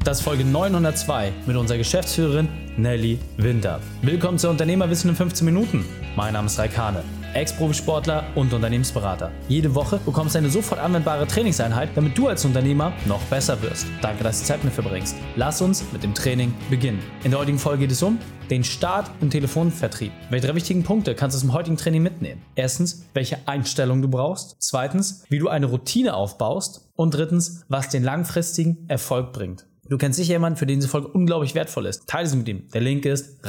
Das ist Folge 902 mit unserer Geschäftsführerin Nelly Winter. Willkommen zu Unternehmerwissen in 15 Minuten. Mein Name ist Raik Hane, Ex-Profisportler und Unternehmensberater. Jede Woche bekommst du eine sofort anwendbare Trainingseinheit, damit du als Unternehmer noch besser wirst. Danke, dass du Zeit mit verbringst. Lass uns mit dem Training beginnen. In der heutigen Folge geht es um den Start im Telefonvertrieb. Welche 3 wichtigen Punkte kannst du aus dem heutigen Training mitnehmen? Erstens, welche Einstellung du brauchst. Zweitens, wie du eine Routine aufbaust. Und drittens, was den langfristigen Erfolg bringt. Du kennst sicher jemanden, für den diese Folge unglaublich wertvoll ist. Teile sie mit ihm. Der Link ist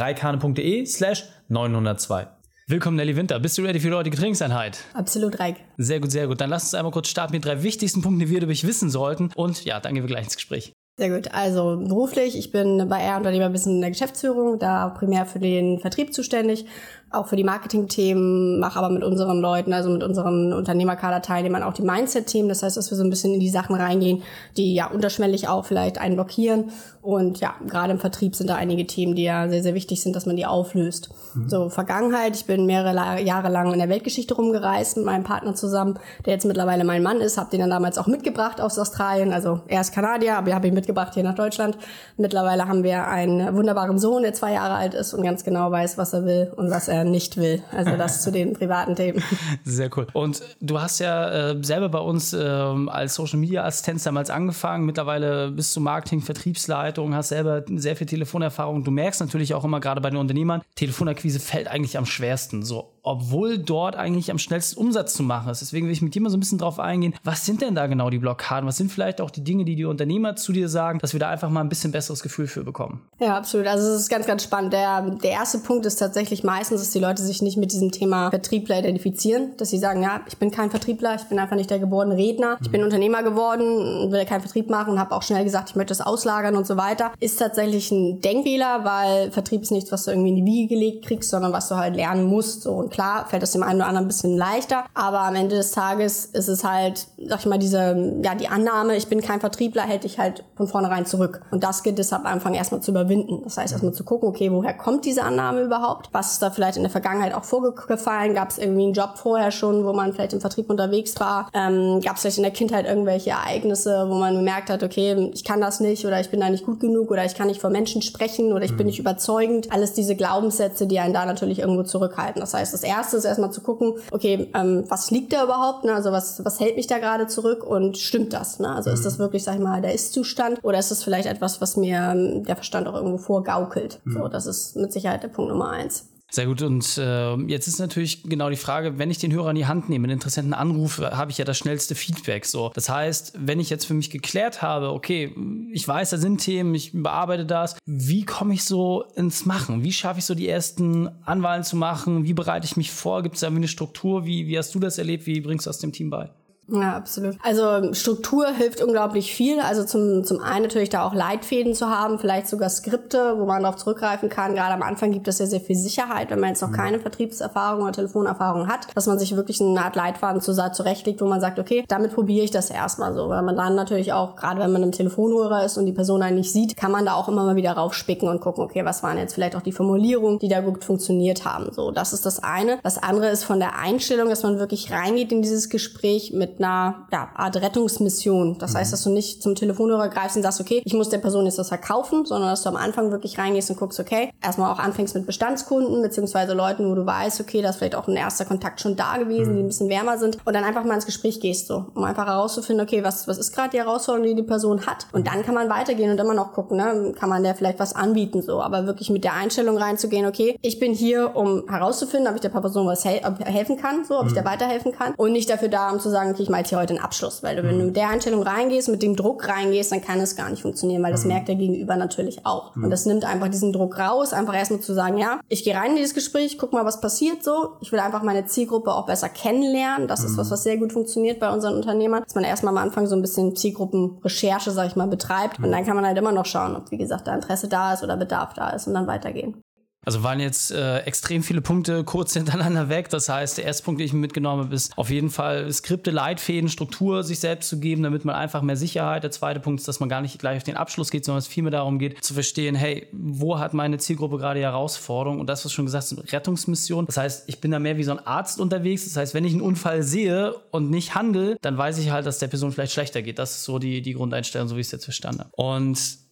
raikhane.de/902. Willkommen, Nelly Winter. Bist du ready für die heutige Trainingseinheit? Absolut, Raik. Sehr gut, sehr gut. Dann lass uns einmal kurz starten mit 3 wichtigsten Punkten, die wir über dich wissen sollten. Und ja, dann gehen wir gleich ins Gespräch. Sehr gut. Also beruflich, ich bin bei R Unternehmerwissen in der Geschäftsführung, da primär für den Vertrieb zuständig, auch für die Marketing-Themen, mache aber mit unseren Leuten, also mit unseren Unternehmerkader-Teilnehmern auch die Mindset-Themen. Das heißt, dass wir so ein bisschen in die Sachen reingehen, die ja unterschwellig auch vielleicht einen blockieren. Und ja, gerade im Vertrieb sind da einige Themen, die ja sehr, sehr wichtig sind, dass man die auflöst. So, Vergangenheit, ich bin mehrere Jahre lang in der Weltgeschichte rumgereist mit meinem Partner zusammen, der jetzt mittlerweile mein Mann ist, habe den dann damals auch mitgebracht aus Australien. Also er ist Kanadier, aber habe ihn mitgebracht hier nach Deutschland. Mittlerweile haben wir einen wunderbaren Sohn, der 2 Jahre alt ist und ganz genau weiß, was er will und was er nicht will. Also das zu den privaten Themen. Sehr cool. Und du hast ja selber bei uns als Social-Media-Assistenz damals angefangen. Mittlerweile bist du Marketing, Vertriebsleitung, hast selber sehr viel Telefonerfahrung. Du merkst natürlich auch immer gerade bei den Unternehmern, Telefonakquise fällt eigentlich am schwersten. So, obwohl dort eigentlich am schnellsten Umsatz zu machen ist. Deswegen will ich mit dir mal so ein bisschen drauf eingehen. Was sind denn da genau die Blockaden? Was sind vielleicht auch die Dinge, die Unternehmer zu dir sagen, dass wir da einfach mal ein bisschen besseres Gefühl für bekommen? Ja, absolut. Also es ist ganz, ganz spannend. Der erste Punkt ist tatsächlich meistens, dass die Leute sich nicht mit diesem Thema Vertriebler identifizieren. Dass sie sagen, ja, ich bin kein Vertriebler, ich bin einfach nicht der geborene Redner. Ich bin Unternehmer geworden, will keinen Vertrieb machen und habe auch schnell gesagt, ich möchte das auslagern und so weiter. Ist tatsächlich ein Denkfehler, weil Vertrieb ist nichts, was du irgendwie in die Wiege gelegt kriegst, sondern was du halt lernen musst. So, und klar fällt das dem einen oder anderen ein bisschen leichter, aber am Ende des Tages ist es halt, sag ich mal, die Annahme, ich bin kein Vertriebler, hält dich halt von vornherein zurück. Und das gilt es am Anfang erstmal zu überwinden. Das heißt, erstmal zu gucken, okay, woher kommt diese Annahme überhaupt? Was ist da vielleicht in der Vergangenheit auch vorgefallen? Gab es irgendwie einen Job vorher schon, wo man vielleicht im Vertrieb unterwegs war? Gab es vielleicht in der Kindheit irgendwelche Ereignisse, wo man gemerkt hat, okay, ich kann das nicht oder ich bin da nicht gut genug oder ich kann nicht vor Menschen sprechen oder ich bin nicht überzeugend. Alles diese Glaubenssätze, die einen da natürlich irgendwo zurückhalten. Das heißt, das Erste ist erstmal zu gucken, okay, was liegt da überhaupt? Ne? Also was hält mich da gerade zurück und stimmt das? Ne? Also ist das wirklich, sag ich mal, der Ist-Zustand oder ist das vielleicht etwas, was mir der Verstand auch irgendwo vorgaukelt? So, das ist mit Sicherheit der Punkt Nummer 1. Sehr gut. Und jetzt ist natürlich genau die Frage, wenn ich den Hörer in die Hand nehme, den Interessenten anrufe, habe ich ja das schnellste Feedback. So, das heißt, wenn ich jetzt für mich geklärt habe, okay, ich weiß, da sind Themen, ich bearbeite das, wie komme ich so ins Machen? Wie schaffe ich so die ersten Anwahlen zu machen? Wie bereite ich mich vor? Gibt es da irgendwie eine Struktur? Wie hast du das erlebt? Wie bringst du das dem Team bei? Ja, absolut. Also Struktur hilft unglaublich viel. Also zum einen natürlich da auch Leitfäden zu haben, vielleicht sogar Skripte, wo man darauf zurückgreifen kann. Gerade am Anfang gibt es ja sehr viel Sicherheit, wenn man jetzt noch keine Vertriebserfahrung oder Telefonerfahrung hat, dass man sich wirklich eine Art Leitfaden zurechtlegt, wo man sagt, okay, damit probiere ich das erstmal so. Weil man dann natürlich auch, gerade wenn man im Telefonhörer ist und die Person einen nicht sieht, kann man da auch immer mal wieder raufspicken und gucken, okay, was waren jetzt vielleicht auch die Formulierungen, die da gut funktioniert haben. So, das ist das eine. Das andere ist von der Einstellung, dass man wirklich reingeht in dieses Gespräch mit einer Art Rettungsmission. Das heißt, dass du nicht zum Telefonhörer greifst und sagst, okay, ich muss der Person jetzt das verkaufen, sondern dass du am Anfang wirklich reingehst und guckst, okay, erstmal auch anfängst mit Bestandskunden, beziehungsweise Leuten, wo du weißt, okay, da ist vielleicht auch ein erster Kontakt schon da gewesen, die ein bisschen wärmer sind und dann einfach mal ins Gespräch gehst, so, um einfach herauszufinden, okay, was ist gerade die Herausforderung, die die Person hat, und dann kann man weitergehen und immer noch gucken, ne, kann man der vielleicht was anbieten, so, aber wirklich mit der Einstellung reinzugehen, okay, ich bin hier, um herauszufinden, ob ich der Person was helfen kann, so, ob ich der weiterhelfen kann, und nicht dafür da, um zu sagen, okay, ich mache jetzt hier heute einen Abschluss, weil wenn du mit der Einstellung reingehst, mit dem Druck reingehst, dann kann es gar nicht funktionieren, weil das merkt der Gegenüber natürlich auch. Und das nimmt einfach diesen Druck raus, einfach erstmal zu sagen, ja, ich gehe rein in dieses Gespräch, guck mal, was passiert so. Ich will einfach meine Zielgruppe auch besser kennenlernen. Das ist was sehr gut funktioniert bei unseren Unternehmern, dass man erstmal am Anfang so ein bisschen Zielgruppenrecherche, sag ich mal, betreibt. Und dann kann man halt immer noch schauen, ob, wie gesagt, da Interesse da ist oder Bedarf da ist und dann weitergehen. Also waren jetzt extrem viele Punkte kurz hintereinander weg. Das heißt, der erste Punkt, den ich mitgenommen habe, ist auf jeden Fall Skripte, Leitfäden, Struktur sich selbst zu geben, damit man einfach mehr Sicherheit. Der zweite Punkt ist, dass man gar nicht gleich auf den Abschluss geht, sondern es vielmehr darum geht, zu verstehen, hey, wo hat meine Zielgruppe gerade die Herausforderung? Und das, was schon gesagt ist, eine Rettungsmission. Das heißt, ich bin da mehr wie so ein Arzt unterwegs. Das heißt, wenn ich einen Unfall sehe und nicht handle, dann weiß ich halt, dass der Person vielleicht schlechter geht. Das ist so die Grundeinstellung, so wie ich es jetzt verstanden habe. Und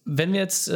wenn wir jetzt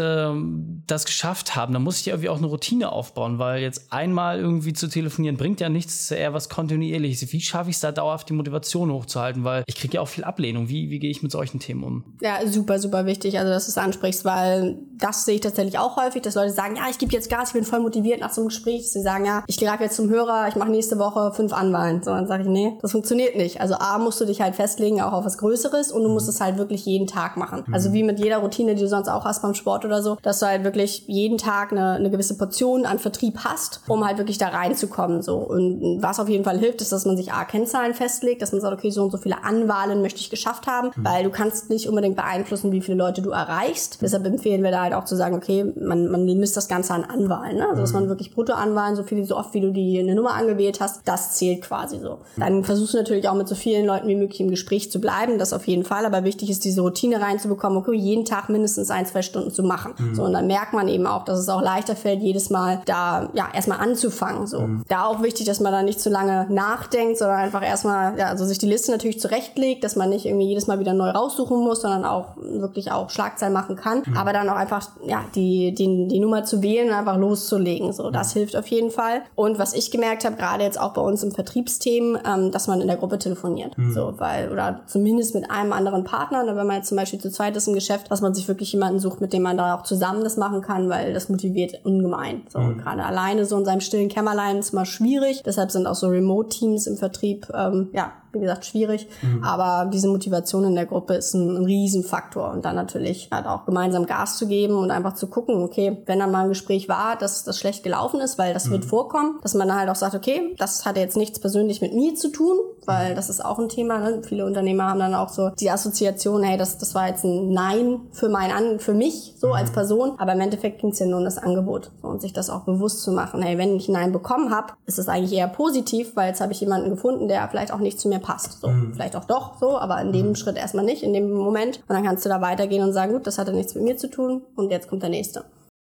das geschafft haben, dann muss ich irgendwie auch eine Routine aufbauen, weil jetzt einmal irgendwie zu telefonieren bringt ja nichts, ist ja eher was Kontinuierliches. Wie schaffe ich es da dauerhaft, die Motivation hochzuhalten? Weil ich kriege ja auch viel Ablehnung. Wie gehe ich mit solchen Themen um? Ja, super, super wichtig, also dass du es ansprichst, weil das sehe ich tatsächlich auch häufig, dass Leute sagen, ja, ich gebe jetzt Gas, ich bin voll motiviert nach so einem Gespräch, dass sie sagen, ja, ich greife jetzt zum Hörer, ich mache nächste Woche 5 Anwahlen. So, dann sage ich, nee, das funktioniert nicht. Also A, musst du dich halt festlegen, auch auf was Größeres, und du musst es halt wirklich jeden Tag machen. Also wie mit jeder Routine, die du sonst auch hast beim Sport oder so, dass du halt wirklich jeden Tag eine gewisse Portion an Vertrieb hast, um halt wirklich da reinzukommen. So. Und was auf jeden Fall hilft, ist, dass man sich A-Kennzahlen festlegt, dass man sagt, okay, so und so viele Anwahlen möchte ich geschafft haben, weil du kannst nicht unbedingt beeinflussen, wie viele Leute du erreichst. Deshalb empfehlen wir da halt auch zu sagen, okay, man misst das Ganze an Anwahlen. Ne? Also dass man wirklich Bruttoanwahlen, so oft wie du eine Nummer angewählt hast, das zählt quasi so. Dann versuchst du natürlich auch mit so vielen Leuten wie möglich im Gespräch zu bleiben, das auf jeden Fall, aber wichtig ist, diese Routine reinzubekommen, okay, jeden Tag mindestens 1-2 Stunden zu machen. So, und dann merkt man eben auch, dass es auch leichter fällt, jedes Mal da, ja, erstmal anzufangen, so. Da auch wichtig, dass man da nicht zu lange nachdenkt, sondern einfach erstmal, ja, also sich die Liste natürlich zurechtlegt, dass man nicht irgendwie jedes Mal wieder neu raussuchen muss, sondern auch wirklich auch Schlagzeilen machen kann, aber dann auch einfach, ja, die Nummer zu wählen und einfach loszulegen, so. Das hilft auf jeden Fall. Und was ich gemerkt habe, gerade jetzt auch bei uns im Vertriebsteam, dass man in der Gruppe telefoniert, so, weil, oder zumindest mit einem anderen Partner, wenn man jetzt zum Beispiel zu zweit ist im Geschäft, dass man sich wirklich jemanden sucht, mit dem man da auch zusammen das machen kann, weil das motiviert ungemein. So, gerade alleine so in seinem stillen Kämmerlein ist immer schwierig. Deshalb sind auch so Remote-Teams im Vertrieb, ja, wie gesagt, schwierig. Aber diese Motivation in der Gruppe ist ein Riesenfaktor. Und dann natürlich halt auch gemeinsam Gas zu geben und einfach zu gucken, okay, wenn dann mal ein Gespräch war, dass das schlecht gelaufen ist, weil das wird vorkommen, dass man dann halt auch sagt, okay, das hat jetzt nichts persönlich mit mir zu tun, weil das ist auch ein Thema, ne? Viele Unternehmer haben dann auch so die Assoziation, hey, das war jetzt ein Nein für mich, so als Person. Aber im Endeffekt ging es ja nur um das Angebot. So, und sich das auch bewusst zu machen, hey, wenn ich ein Nein bekommen habe, ist es eigentlich eher positiv, weil jetzt habe ich jemanden gefunden, der vielleicht auch nicht zu mir passt. So, vielleicht auch doch so, aber in dem Schritt erstmal nicht, in dem Moment. Und dann kannst du da weitergehen und sagen, gut, das hatte nichts mit mir zu tun und jetzt kommt der nächste.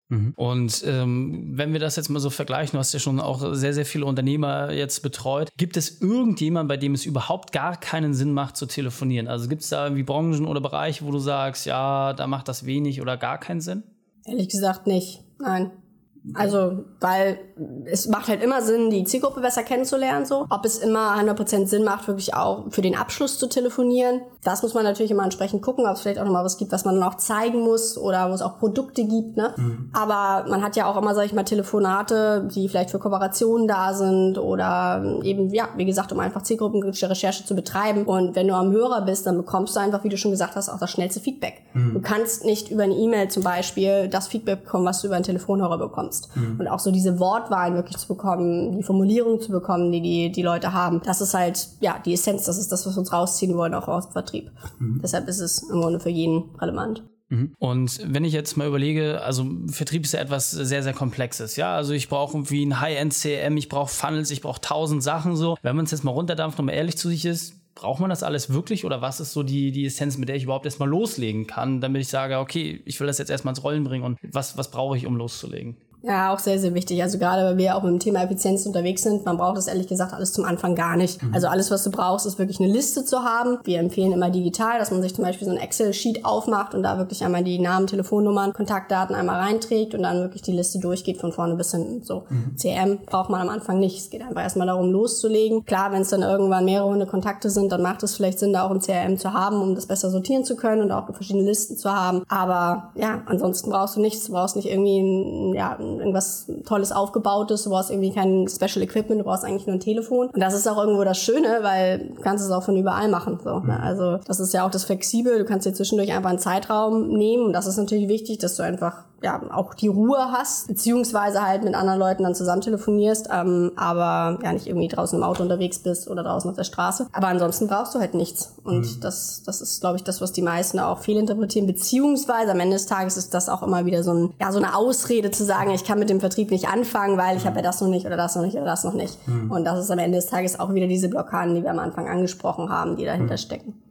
Und wenn wir das jetzt mal so vergleichen, du hast ja schon auch sehr, sehr viele Unternehmer jetzt betreut. Gibt es irgendjemanden, bei dem es überhaupt gar keinen Sinn macht zu telefonieren? Also gibt es da irgendwie Branchen oder Bereiche, wo du sagst, ja, da macht das wenig oder gar keinen Sinn? Ehrlich gesagt nicht, nein. Also, weil es macht halt immer Sinn, die Zielgruppe besser kennenzulernen, so. Ob es immer 100% Sinn macht, wirklich auch für den Abschluss zu telefonieren, das muss man natürlich immer entsprechend gucken, ob es vielleicht auch nochmal was gibt, was man dann auch zeigen muss oder wo es auch Produkte gibt, ne. Aber man hat ja auch immer, sag ich mal, Telefonate, die vielleicht für Kooperationen da sind oder eben, ja, wie gesagt, um einfach Zielgruppenrecherche zu betreiben. Und wenn du am Hörer bist, dann bekommst du einfach, wie du schon gesagt hast, auch das schnellste Feedback. Du kannst nicht über eine E-Mail zum Beispiel das Feedback bekommen, was du über einen Telefonhörer bekommst. Und auch so diese Wortwahlen wirklich zu bekommen, die Formulierung zu bekommen, die Leute haben. Das ist halt, ja, die Essenz, das ist das, was wir uns rausziehen wollen, auch aus dem Vertrieb. Deshalb ist es im Grunde für jeden relevant. Und wenn ich jetzt mal überlege, also Vertrieb ist ja etwas sehr, sehr Komplexes, ja, also ich brauche irgendwie ein High-End-CRM, ich brauche Funnels, ich brauche 1000 Sachen so. Wenn man es jetzt mal runterdampft und mal ehrlich zu sich ist, braucht man das alles wirklich oder was ist so die Essenz, mit der ich überhaupt erstmal loslegen kann, damit ich sage, okay, ich will das jetzt erstmal ins Rollen bringen und was brauche ich, um loszulegen? Ja, auch sehr, sehr wichtig. Also gerade, weil wir auch mit dem Thema Effizienz unterwegs sind, man braucht das ehrlich gesagt alles zum Anfang gar nicht. Also alles, was du brauchst, ist wirklich eine Liste zu haben. Wir empfehlen immer digital, dass man sich zum Beispiel so ein Excel-Sheet aufmacht und da wirklich einmal die Namen, Telefonnummern, Kontaktdaten einmal reinträgt und dann wirklich die Liste durchgeht von vorne bis hinten. So, CRM braucht man am Anfang nicht. Es geht einfach erstmal darum, loszulegen. Klar, wenn es dann irgendwann mehrere hundert Kontakte sind, dann macht es vielleicht Sinn, da auch ein CRM zu haben, um das besser sortieren zu können und auch verschiedene Listen zu haben. Aber ja, ansonsten brauchst du nichts. Du brauchst nicht irgendwie irgendwas Tolles Aufgebautes, du brauchst irgendwie kein Special Equipment, du brauchst eigentlich nur ein Telefon. Und das ist auch irgendwo das Schöne, weil du kannst es auch von überall machen. So, ne? Also das ist ja auch das Flexibel, du kannst dir zwischendurch einfach einen Zeitraum nehmen und das ist natürlich wichtig, dass du einfach ja auch die Ruhe hast, beziehungsweise halt mit anderen Leuten dann zusammen telefonierst, aber ja nicht irgendwie draußen im Auto unterwegs bist oder draußen auf der Straße. Aber ansonsten brauchst du halt nichts. Und das ist, glaube ich, das, was die meisten auch fehlinterpretieren, beziehungsweise am Ende des Tages ist das auch immer wieder so eine Ausrede zu sagen, ich kann mit dem Vertrieb nicht anfangen, weil ich habe ja das noch nicht oder das noch nicht oder das noch nicht. Und das ist am Ende des Tages auch wieder diese Blockaden, die wir am Anfang angesprochen haben, die dahinter stecken.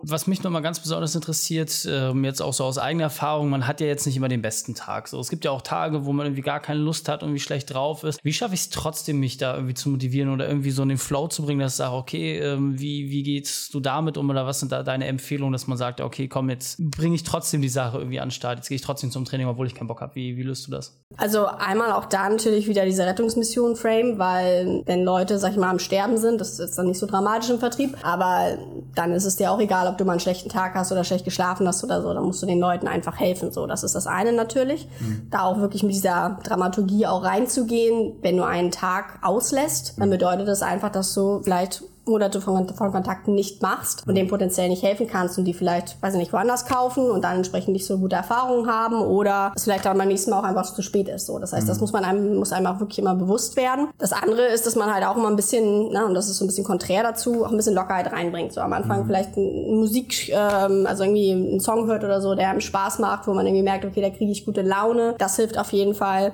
Was mich nochmal ganz besonders interessiert, jetzt auch so aus eigener Erfahrung, man hat ja jetzt nicht immer den besten Tag. So, es gibt ja auch Tage, wo man irgendwie gar keine Lust hat, irgendwie schlecht drauf ist. Wie schaffe ich es trotzdem, mich da irgendwie zu motivieren oder irgendwie so in den Flow zu bringen, dass ich sage, okay, wie gehst du damit um oder was sind da deine Empfehlungen, dass man sagt, okay, komm, jetzt bringe ich trotzdem die Sache irgendwie an den Start, jetzt gehe ich trotzdem zum Training, obwohl ich keinen Bock habe. Wie löst du das? Also einmal auch da natürlich wieder diese Rettungsmission-Frame, weil wenn Leute, sag ich mal, am Sterben sind, das ist dann nicht so dramatisch im Vertrieb, aber dann ist es dir auch egal, ob du mal einen schlechten Tag hast oder schlecht geschlafen hast oder so, dann musst du den Leuten einfach helfen. So, das ist das eine natürlich. Da auch wirklich mit dieser Dramaturgie auch reinzugehen. Wenn du einen Tag auslässt, dann bedeutet das einfach, dass du vielleicht Monate von Kontakten nicht machst und denen potenziell nicht helfen kannst und die vielleicht, weiß ich nicht, woanders kaufen und dann entsprechend nicht so gute Erfahrungen haben oder es vielleicht dann beim nächsten Mal auch einfach zu spät ist. So, das heißt, das muss einem auch wirklich immer bewusst werden. Das andere ist, dass man halt auch immer ein bisschen, und das ist so ein bisschen konträr dazu, auch ein bisschen Lockerheit reinbringt. So am Anfang vielleicht Musik, also irgendwie einen Song hört oder so, der einem Spaß macht, wo man irgendwie merkt, okay, da kriege ich gute Laune. Das hilft auf jeden Fall.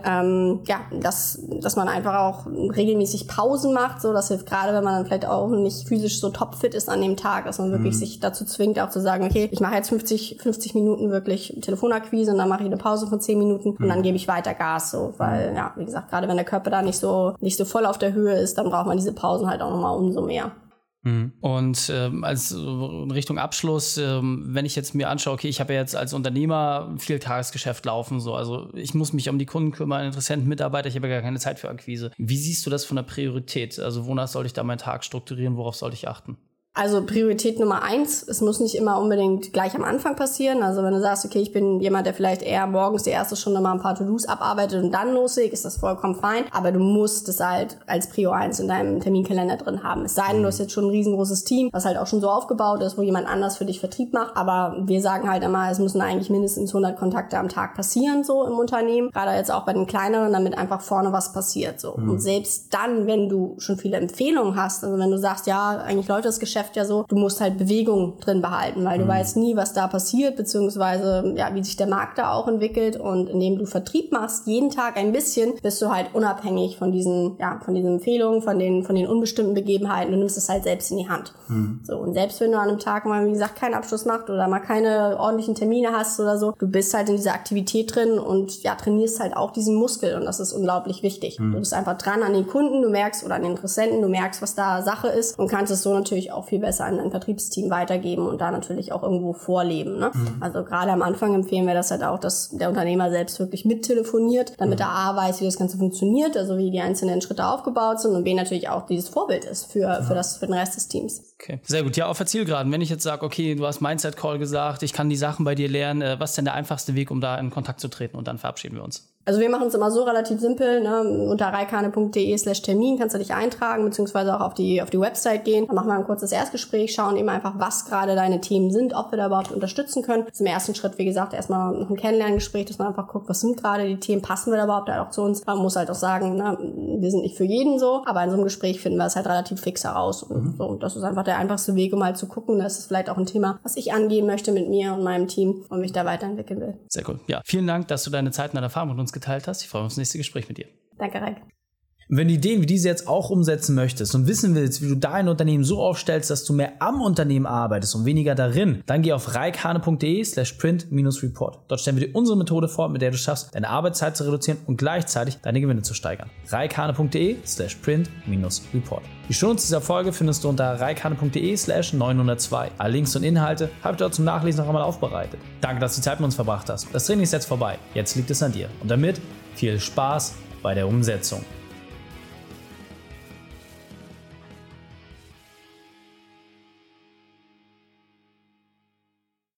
Dass man einfach auch regelmäßig Pausen macht. So, das hilft gerade, wenn man dann vielleicht auch nicht physisch so topfit ist an dem Tag, dass man wirklich sich dazu zwingt, auch zu sagen, okay, ich mache jetzt 50 Minuten wirklich Telefonakquise und dann mache ich eine Pause von 10 Minuten und dann gebe ich weiter Gas, so, weil, ja, wie gesagt, gerade wenn der Körper da nicht so voll auf der Höhe ist, dann braucht man diese Pausen halt auch nochmal umso mehr. Und als Richtung Abschluss, wenn ich jetzt mir anschaue, okay, ich habe ja jetzt als Unternehmer viel Tagesgeschäft laufen, so, also ich muss mich um die Kunden kümmern, Interessenten, Mitarbeiter, ich habe ja gar keine Zeit für Akquise. Wie siehst du das von der Priorität? Also wonach sollte ich da meinen Tag strukturieren, worauf sollte ich achten? Also Priorität Nummer 1, es muss nicht immer unbedingt gleich am Anfang passieren. Also wenn du sagst, okay, ich bin jemand, der vielleicht eher morgens die erste Stunde mal ein paar To-Dos abarbeitet und dann loslegt, ist das vollkommen fein. Aber du musst es halt als Prio 1 in deinem Terminkalender drin haben. Es sei denn, du hast jetzt schon ein riesengroßes Team, was halt auch schon so aufgebaut ist, wo jemand anders für dich Vertrieb macht. Aber wir sagen halt immer, es müssen eigentlich mindestens 100 Kontakte am Tag passieren, so im Unternehmen. Gerade jetzt auch bei den kleineren, damit einfach vorne was passiert, so. Und selbst dann, wenn du schon viele Empfehlungen hast, also wenn du sagst, ja, eigentlich läuft das Geschäft ja so, du musst halt Bewegung drin behalten, weil du weißt nie, was da passiert, beziehungsweise ja, wie sich der Markt da auch entwickelt, und indem du Vertrieb machst, jeden Tag ein bisschen, bist du halt unabhängig von diesen Empfehlungen, von den unbestimmten Begebenheiten. Du nimmst es halt selbst in die Hand. So, und selbst wenn du an einem Tag mal, wie gesagt, keinen Abschluss machst oder mal keine ordentlichen Termine hast oder so, du bist halt in dieser Aktivität drin und ja, trainierst halt auch diesen Muskel, und das ist unglaublich wichtig. Du bist einfach dran an den Kunden, du merkst, oder an den Interessenten, du merkst, was da Sache ist, und kannst es so natürlich auch viel besser an dein Vertriebsteam weitergeben und da natürlich auch irgendwo vorleben. Ne? Also gerade am Anfang empfehlen wir das halt auch, dass der Unternehmer selbst wirklich mittelefoniert, damit er A weiß, wie das Ganze funktioniert, also wie die einzelnen Schritte aufgebaut sind, und B natürlich auch dieses Vorbild ist für den Rest des Teams. Okay, sehr gut. Ja, auf der Zielgeraden, wenn ich jetzt sage, okay, du hast Mindset-Call gesagt, ich kann die Sachen bei dir lernen, was ist denn der einfachste Weg, um da in Kontakt zu treten, und dann verabschieden wir uns? Also wir machen es immer so relativ simpel, ne? Unter reikane.de/Termin kannst du dich eintragen, beziehungsweise auch auf die Website gehen. Dann machen wir ein kurzes Erstgespräch, schauen eben einfach, was gerade deine Themen sind, ob wir da überhaupt unterstützen können. Zum ersten Schritt, wie gesagt, erstmal noch ein Kennenlerngespräch, dass man einfach guckt, was sind gerade die Themen, passen wir da überhaupt halt auch zu uns. Man muss halt auch sagen, ne, wir sind nicht für jeden so, aber in so einem Gespräch finden wir es halt relativ fix heraus. Und so, das ist einfach der einfachste Weg, um halt zu gucken, das ist vielleicht auch ein Thema, was ich angehen möchte mit mir und meinem Team und mich da weiterentwickeln will. Sehr cool. Ja, vielen Dank, dass du deine Zeit und deine Erfahrung mit uns geteilt hast. Ich freue mich auf das nächste Gespräch mit dir. Danke, Reik. Wenn du Ideen wie diese jetzt auch umsetzen möchtest und wissen willst, wie du dein Unternehmen so aufstellst, dass du mehr am Unternehmen arbeitest und weniger darin, dann geh auf reikane.de/print-report. Dort stellen wir dir unsere Methode vor, mit der du schaffst, deine Arbeitszeit zu reduzieren und gleichzeitig deine Gewinne zu steigern. reikane.de/print-report. Die Shownotes dieser Folge findest du unter reikane.de/902. Alle Links und Inhalte habe ich dort zum Nachlesen noch einmal aufbereitet. Danke, dass du die Zeit mit uns verbracht hast. Das Training ist jetzt vorbei. Jetzt liegt es an dir. Und damit viel Spaß bei der Umsetzung.